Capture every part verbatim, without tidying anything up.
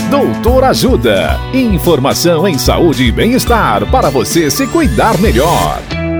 Doutor Ajuda. Informação em saúde e bem-estar para você se cuidar melhor.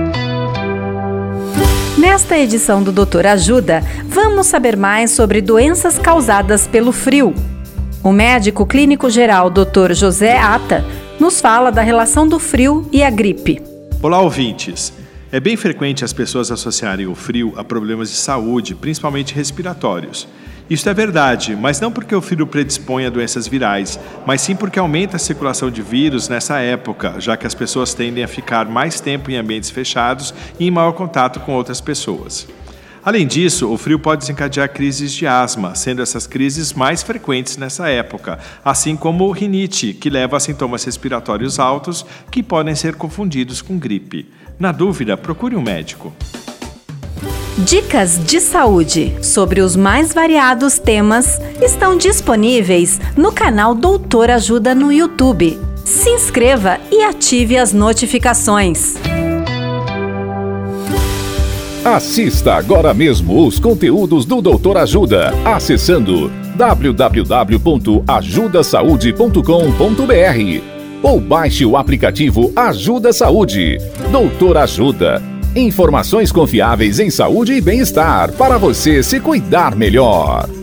Nesta edição do Doutor Ajuda, vamos saber mais sobre doenças causadas pelo frio. O médico clínico geral doutor José Ata nos fala da relação do frio e a gripe. Olá, ouvintes! É bem frequente as pessoas associarem o frio a problemas de saúde, principalmente respiratórios. Isso é verdade, mas não porque o frio predispõe a doenças virais, mas sim porque aumenta a circulação de vírus nessa época, já que as pessoas tendem a ficar mais tempo em ambientes fechados e em maior contato com outras pessoas. Além disso, o frio pode desencadear crises de asma, sendo essas crises mais frequentes nessa época, assim como rinite, que leva a sintomas respiratórios altos que podem ser confundidos com gripe. Na dúvida, procure um médico. Dicas de saúde sobre os mais variados temas estão disponíveis no canal Doutor Ajuda no YouTube. Se inscreva e ative as notificações. Assista agora mesmo os conteúdos do Doutor Ajuda, acessando w w w ponto ajuda saúde ponto com ponto b r ou baixe o aplicativo Ajuda Saúde. Doutor Ajuda. Informações confiáveis em saúde e bem-estar para você se cuidar melhor.